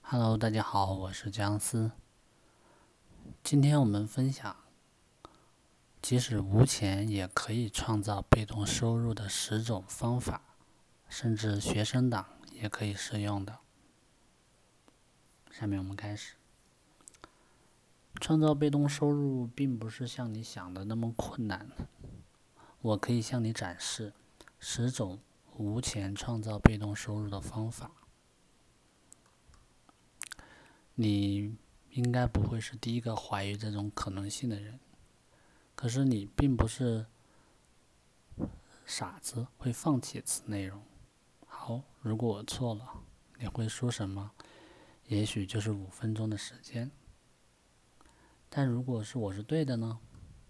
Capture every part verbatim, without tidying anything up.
Hello，大家好，我是姜思。今天我们分享，即使无钱也可以创造被动收入的十种方法，甚至学生党也可以适用的。下面我们开始。创造被动收入并不是像你想的那么困难。我可以向你展示十种无钱创造被动收入的方法。你应该不会是第一个怀疑这种可能性的人，可是你并不是傻子会放弃此内容。好，如果我错了，你会说什么？也许就是五分钟的时间。但如果是我是对的呢？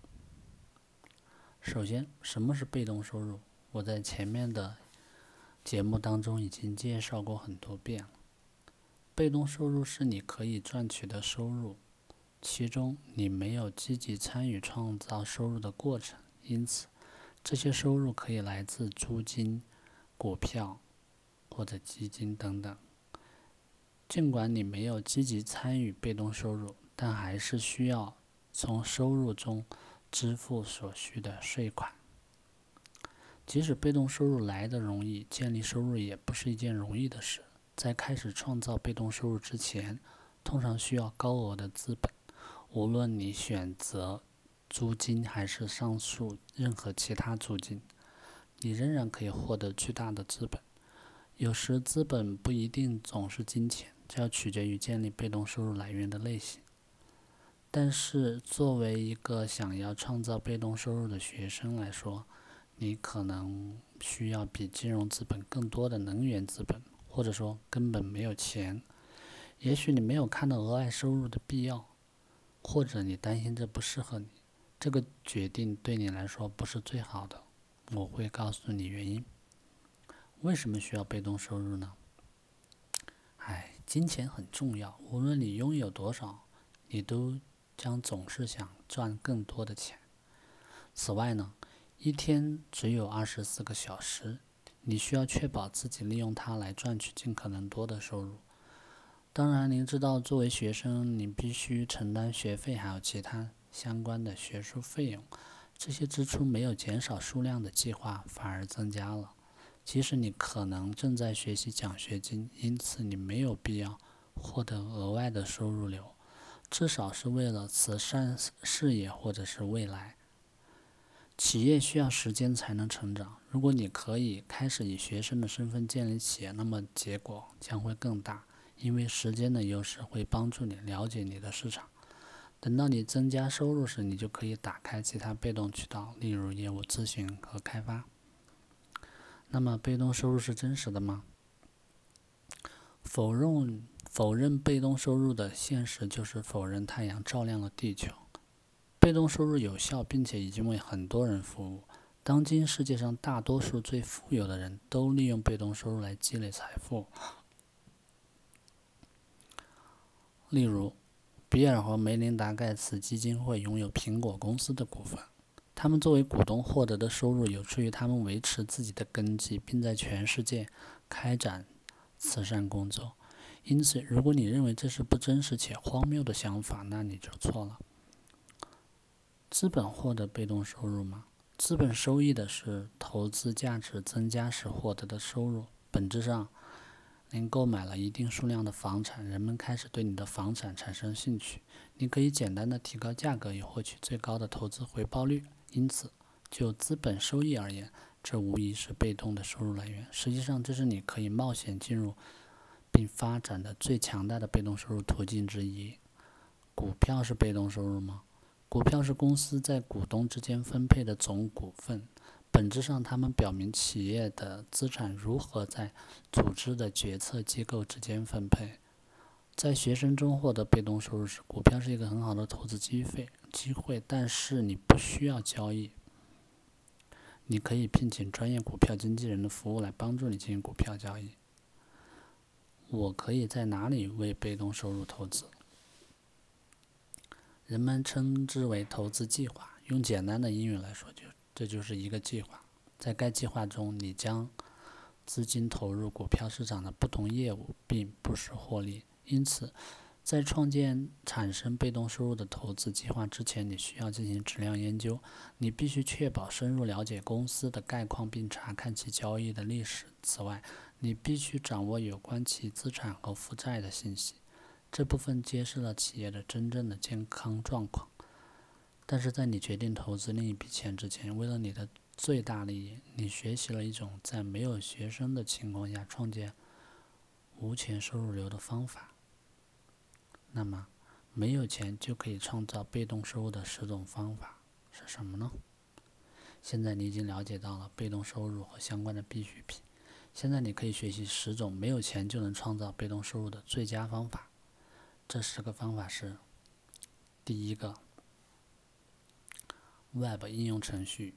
首先，什么是被动收入？我在前面的节目当中已经介绍过很多遍了。被动收入是你可以赚取的收入，其中你没有积极参与创造收入的过程，因此这些收入可以来自租金、股票或者基金等等。尽管你没有积极参与被动收入，但还是需要从收入中支付所需的税款。即使被动收入来得容易，建立收入也不是一件容易的事。在开始创造被动收入之前，通常需要高额的资本。无论你选择租金还是上述任何其他租金，你仍然可以获得巨大的资本。有时资本不一定总是金钱，这要取决于建立被动收入来源的类型。但是作为一个想要创造被动收入的学生来说，你可能需要比金融资本更多的能源资本，或者说根本没有钱。也许你没有看到额外收入的必要，或者你担心这不适合你，这个决定对你来说不是最好的。我会告诉你原因。为什么需要被动收入呢？唉，金钱很重要，无论你拥有多少，你都将总是想赚更多的钱。此外呢，一天只有二十四个小时，你需要确保自己利用它来赚取尽可能多的收入。当然，您知道，作为学生，你必须承担学费还有其他相关的学术费用，这些支出没有减少数量的计划，反而增加了。即使你可能正在学习奖学金，因此你没有必要获得额外的收入流，至少是为了慈善事业或者是未来。企业需要时间才能成长，如果你可以开始以学生的身份建立企业，那么结果将会更大，因为时间的优势会帮助你了解你的市场。等到你增加收入时，你就可以打开其他被动渠道，例如业务咨询和开发。那么被动收入是真实的吗？否认否认被动收入的现实就是否认太阳照亮了地球。被动收入有效，并且已经为很多人服务。当今世界上大多数最富有的人都利用被动收入来积累财富。例如，比尔和梅琳达·盖茨基金会拥有苹果公司的股份。他们作为股东获得的收入有助于他们维持自己的根基，并在全世界开展慈善工作。因此，如果你认为这是不真实且荒谬的想法，那你就错了。资本获得被动收入吗？资本收益的是投资价值增加时获得的收入。本质上，您购买了一定数量的房产，人们开始对你的房产产生兴趣。你可以简单的提高价格以获取最高的投资回报率。因此，就资本收益而言，这无疑是被动的收入来源。实际上，这是你可以冒险进入并发展的最强大的被动收入途径之一。股票是被动收入吗？股票是公司在股东之间分配的总股份，本质上它们表明企业的资产如何在组织的决策机构之间分配。在学生中获得被动收入时，股票是一个很好的投资机会，机会，但是你不需要交易。你可以聘请专业股票经纪人的服务来帮助你进行股票交易。我可以在哪里为被动收入投资？人们称之为投资计划，用简单的英语来说，就这就是一个计划。在该计划中，你将资金投入股票市场的不同业务，并不时获利。 因此，在创建产生被动收入的投资计划之前，你需要进行质量研究。你必须确保深入了解公司的概况并查看其交易的历史。此外，你必须掌握有关其资产和负债的信息。这部分揭示了企业的真正的健康状况。但是在你决定投资另一笔钱之前，为了你的最大利益，你学习了一种在没有学生的情况下创建无钱收入流的方法。那么，没有钱就可以创造被动收入的十种方法是什么呢？现在你已经了解到了被动收入和相关的必需品。现在你可以学习十种没有钱就能创造被动收入的最佳方法。这十个方法是：第一个 ，Web 应用程序。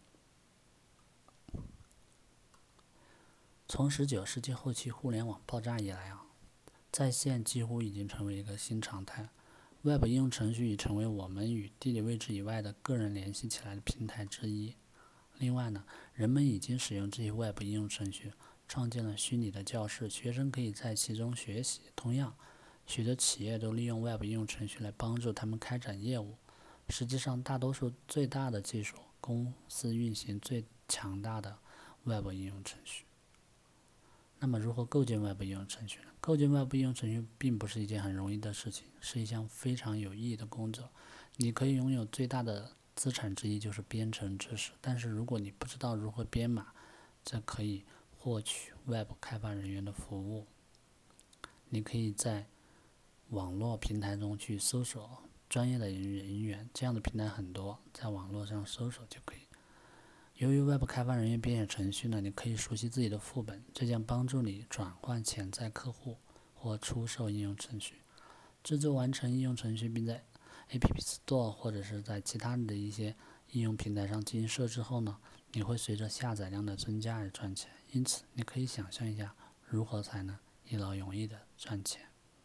从十九世纪后期互联网爆炸以来啊，在线几乎已经成为一个新常态。Web 应用程序已成为我们与地理位置以外的个人联系起来的平台之一。另外呢，人们已经使用这些 Web 应用程序创建了虚拟的教室，学生可以在其中学习。同样，许多企业都利用 Web 应用程序来帮助他们开展业务。实际上，大多数最大的技术公司运行最强大的 Web 应用程序。那么，如何构建 Web 应用程序呢？构建 Web 应用程序并不是一件很容易的事情，是一项非常有意义的工作。你可以拥有最大的资产之一就是编程知识，但是如果你不知道如何编码，则可以获取 Web 开发人员的服务。你可以在网络平台中去搜索专业的人员，这样的平台很多，在网络上搜索就可以。由于 Web 开发人员编写程序呢，你可以熟悉自己的副本，这将帮助你转换潜在客户或出售应用程序。制作完成应用程序，并在 App Store 或者是在其他的一些应用平台上进行设置后呢，你会随着下载量的增加而赚钱。因此，你可以想象一下如何才能一劳永逸的赚钱。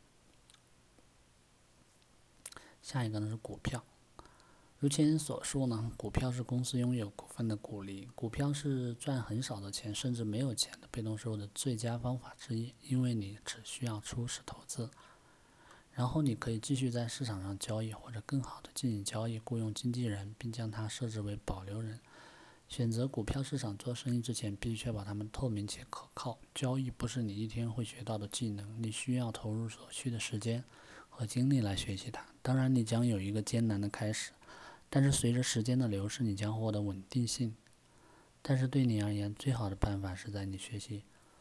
下一个呢是股票。如前所述呢，股票是公司拥有股份的股利。股票是赚很少的钱，甚至没有钱的被动收入的最佳方法之一，因为你只需要初始投资，然后你可以继续在市场上交易，或者更好的进行交易，雇佣经纪人，并将它设置为保留人。选择股票市场做生意之前，必须确保它们透明且可靠。交易不是你一天会学到的技能，你需要投入所需的时间和精力来学习它。当然，你将有一个艰难的开始，但是随着时间的流逝，你将获得稳定性。但是对你而言，最好的办法是在你学习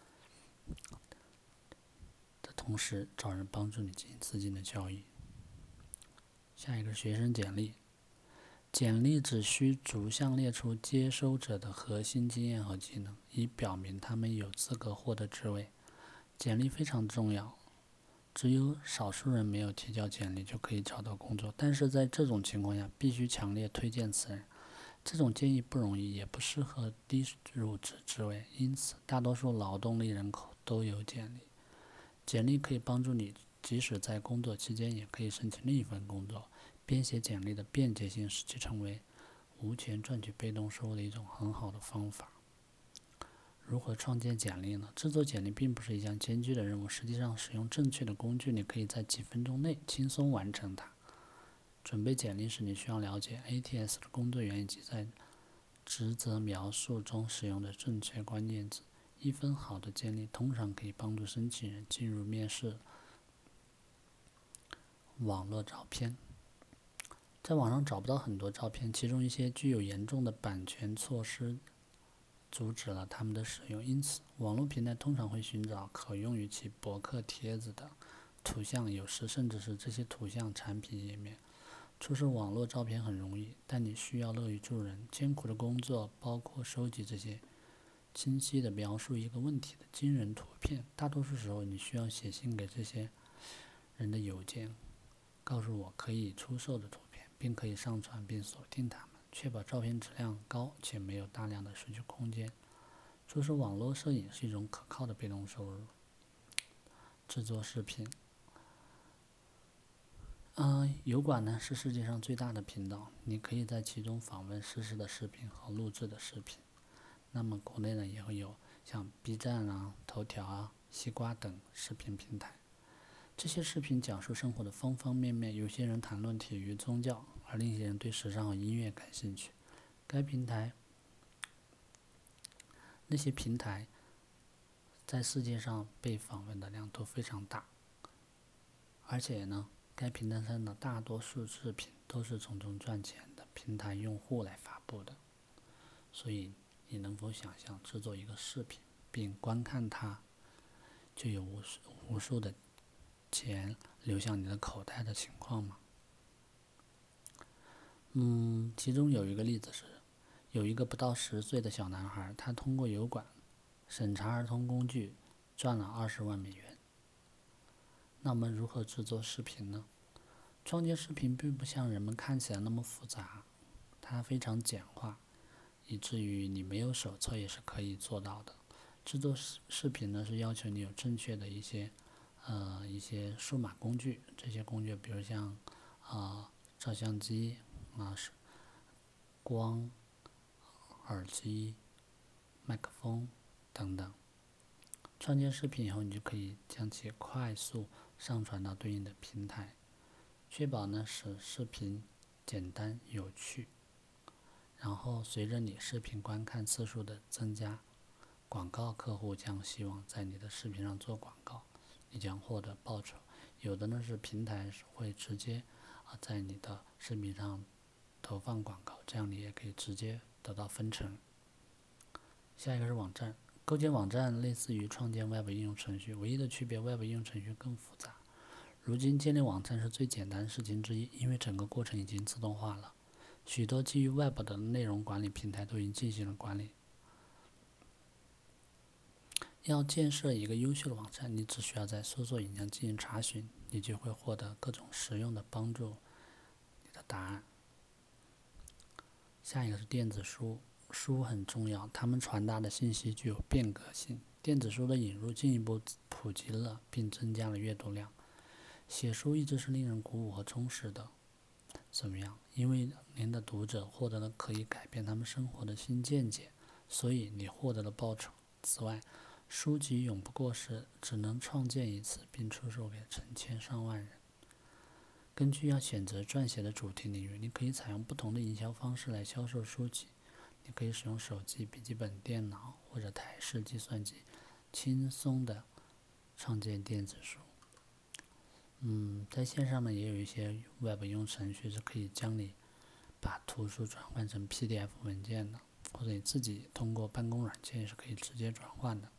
的同时，找人帮助你进行资金的交易。下一个学生简历。简历只需逐项列出接收者的核心经验和技能，以表明他们有资格获得职位。简历非常重要，只有少数人没有提交简历就可以找到工作，但是在这种情况下，必须强烈推荐此人。这种建议不容易，也不适合低入职职位，因此大多数劳动力人口都有简历。简历可以帮助你，即使在工作期间也可以申请另一份工作。编写简历的便捷性使其成为无钱赚取被动收入的一种很好的方法。如何创建简历呢？制作简历并不是一项艰巨的任务，实际上使用正确的工具，你可以在几分钟内轻松完成它。准备简历时，你需要了解 A T S 的工作原理以及在职责描述中使用的正确关键字。一份好的简历通常可以帮助申请人进入面试。网络照片。在网上找不到很多照片，其中一些具有严重的版权措施阻止了他们的使用，因此网络平台通常会寻找可用于其博客帖子的图像，有时甚至是这些图像产品页面。出示网络照片很容易，但你需要乐于助人。艰苦的工作包括收集这些清晰地描述一个问题的惊人图片。大多数时候，你需要写信给这些人的邮件，告诉我可以出售的图片，并可以上传并锁定它们，确保照片质量高且没有大量的数据空间。出售网络摄影是一种可靠的被动收入。制作视频。呃，油管呢是世界上最大的频道，你可以在其中访问实时的视频和录制的视频。那么国内呢也会有像 B 站啊、头条啊、西瓜等视频平台。 这些视频讲述生活的方方面面，有些人谈论体育、宗教，而另一些人对时尚和音乐感兴趣。该平台，那些平台在世界上被访问的量都非常大，而且呢，该平台上的大多数视频都是从中赚钱的平台用户来发布的。所以，你能否想象制作一个视频并观看它，就有无数无数的钱流向你的口袋的情况吗？嗯，其中有一个例子是，有一个不到十岁的小男孩，他通过油管审查儿童工具赚了二十万美元。那么如何制作视频呢？创建视频并不像人们看起来那么复杂，它非常简化，以至于你没有手册也是可以做到的。制作视视频呢，是要求你有正确的一些呃一些数码工具，这些工具比如像啊、呃、照相机啊、是光、耳机、麦克风等等。创建视频以后，你就可以将其快速上传到对应的平台，确保呢使视频简单有趣。然后随着你视频观看次数的增加，广告客户将希望在你的视频上做广告，你将获得报酬。有的呢是平台会直接啊在你的视频上投放广告，这样你也可以直接得到分成。下一个是网站，构建网站类似于创建 Web 应用程序，唯一的区别 Web 应用程序更复杂。如今建立网站是最简单的事情之一，因为整个过程已经自动化了。许多基于 Web 的内容管理平台都已经进行了管理。要建设一个优秀的网站，你只需要在搜索引擎进行查询，你就会获得各种实用的帮助你的答案。下一个是电子书，书很重要，它们传达的信息具有变革性。电子书的引入进一步普及了并增加了阅读量。写书一直是令人鼓舞和充实的。怎么样？因为您的读者获得了可以改变他们生活的新见解，所以你获得了报酬。此外，书籍永不过时，只能创建一次，并出售给成千上万人。根据要选择撰写的主题领域，你可以采用不同的营销方式来销售书籍。你可以使用手机、笔记本电脑或者台式计算机，轻松地创建电子书。嗯，在线上呢，也有一些 Web 应用程序是可以将你把图书转换成 P D F 文件的，或者你自己通过办公软件也是可以直接转换的。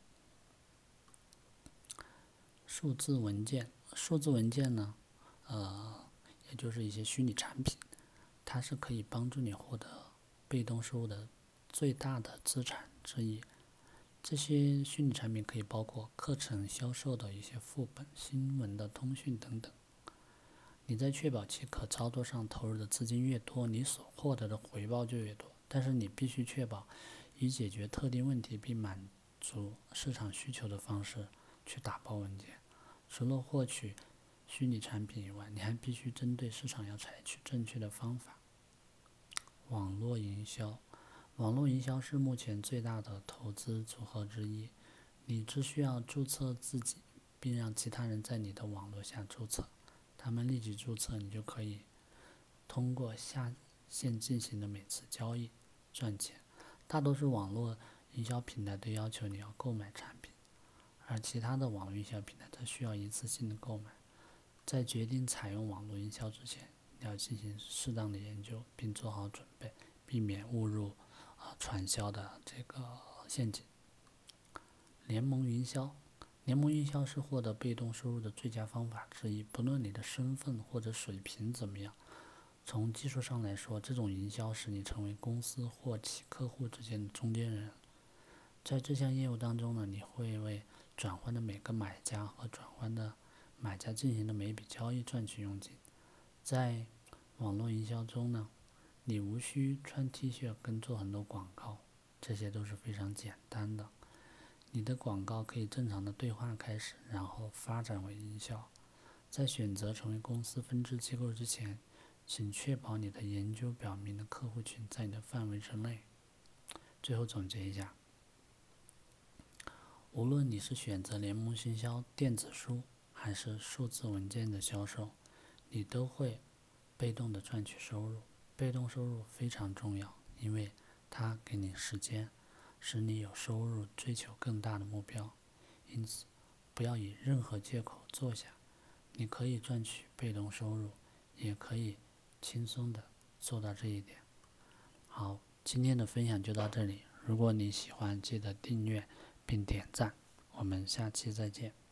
数字文件，数字文件呢，呃，也就是一些虚拟产品，它是可以帮助你获得被动收入的最大的资产之一。这些虚拟产品可以包括课程销售的一些副本、新闻的通讯等等。你在确保其可操作上投入的资金越多，你所获得的回报就越多。但是你必须确保以解决特定问题并满足市场需求的方式去打包文件。除了获取虚拟产品以外，你还必须针对市场要采取正确的方法。网络营销，网络营销是目前最大的投资组合之一。你只需要注册自己，并让其他人在你的网络下注册，他们立即注册，你就可以通过下线进行的每次交易赚钱。大多数网络营销平台都要求你要购买产品，而其他的网络营销平台则需要一次性的购买。在决定采用网络营销之前，你要进行适当的研究，并做好准备，避免误入啊、呃、传销的这个陷阱。联盟营销，联盟营销是获得被动收入的最佳方法之一。不论你的身份或者水平怎么样，从技术上来说，这种营销使你成为公司或其客户之间的中间人。在这项业务当中呢，你会为转换的每个买家和转换的买家进行的每一笔交易赚取佣金。在网络营销中呢，你无需穿 T 恤跟做很多广告，这些都是非常简单的。你的广告可以正常的对话开始，然后发展为营销。在选择成为公司分支机构之前，请确保你的研究表明的客户群在你的范围之内。最后总结一下，无论你是选择联盟行销、电子书、 还是数字文件的销售，你都会被动的赚取收入。被动收入非常重要，因为它给你时间，使你有收入追求更大的目标。因此，不要以任何借口坐下。你可以赚取被动收入，也可以轻松的做到这一点。好，今天的分享就到这里。如果你喜欢，记得订阅并点赞。我们下期再见。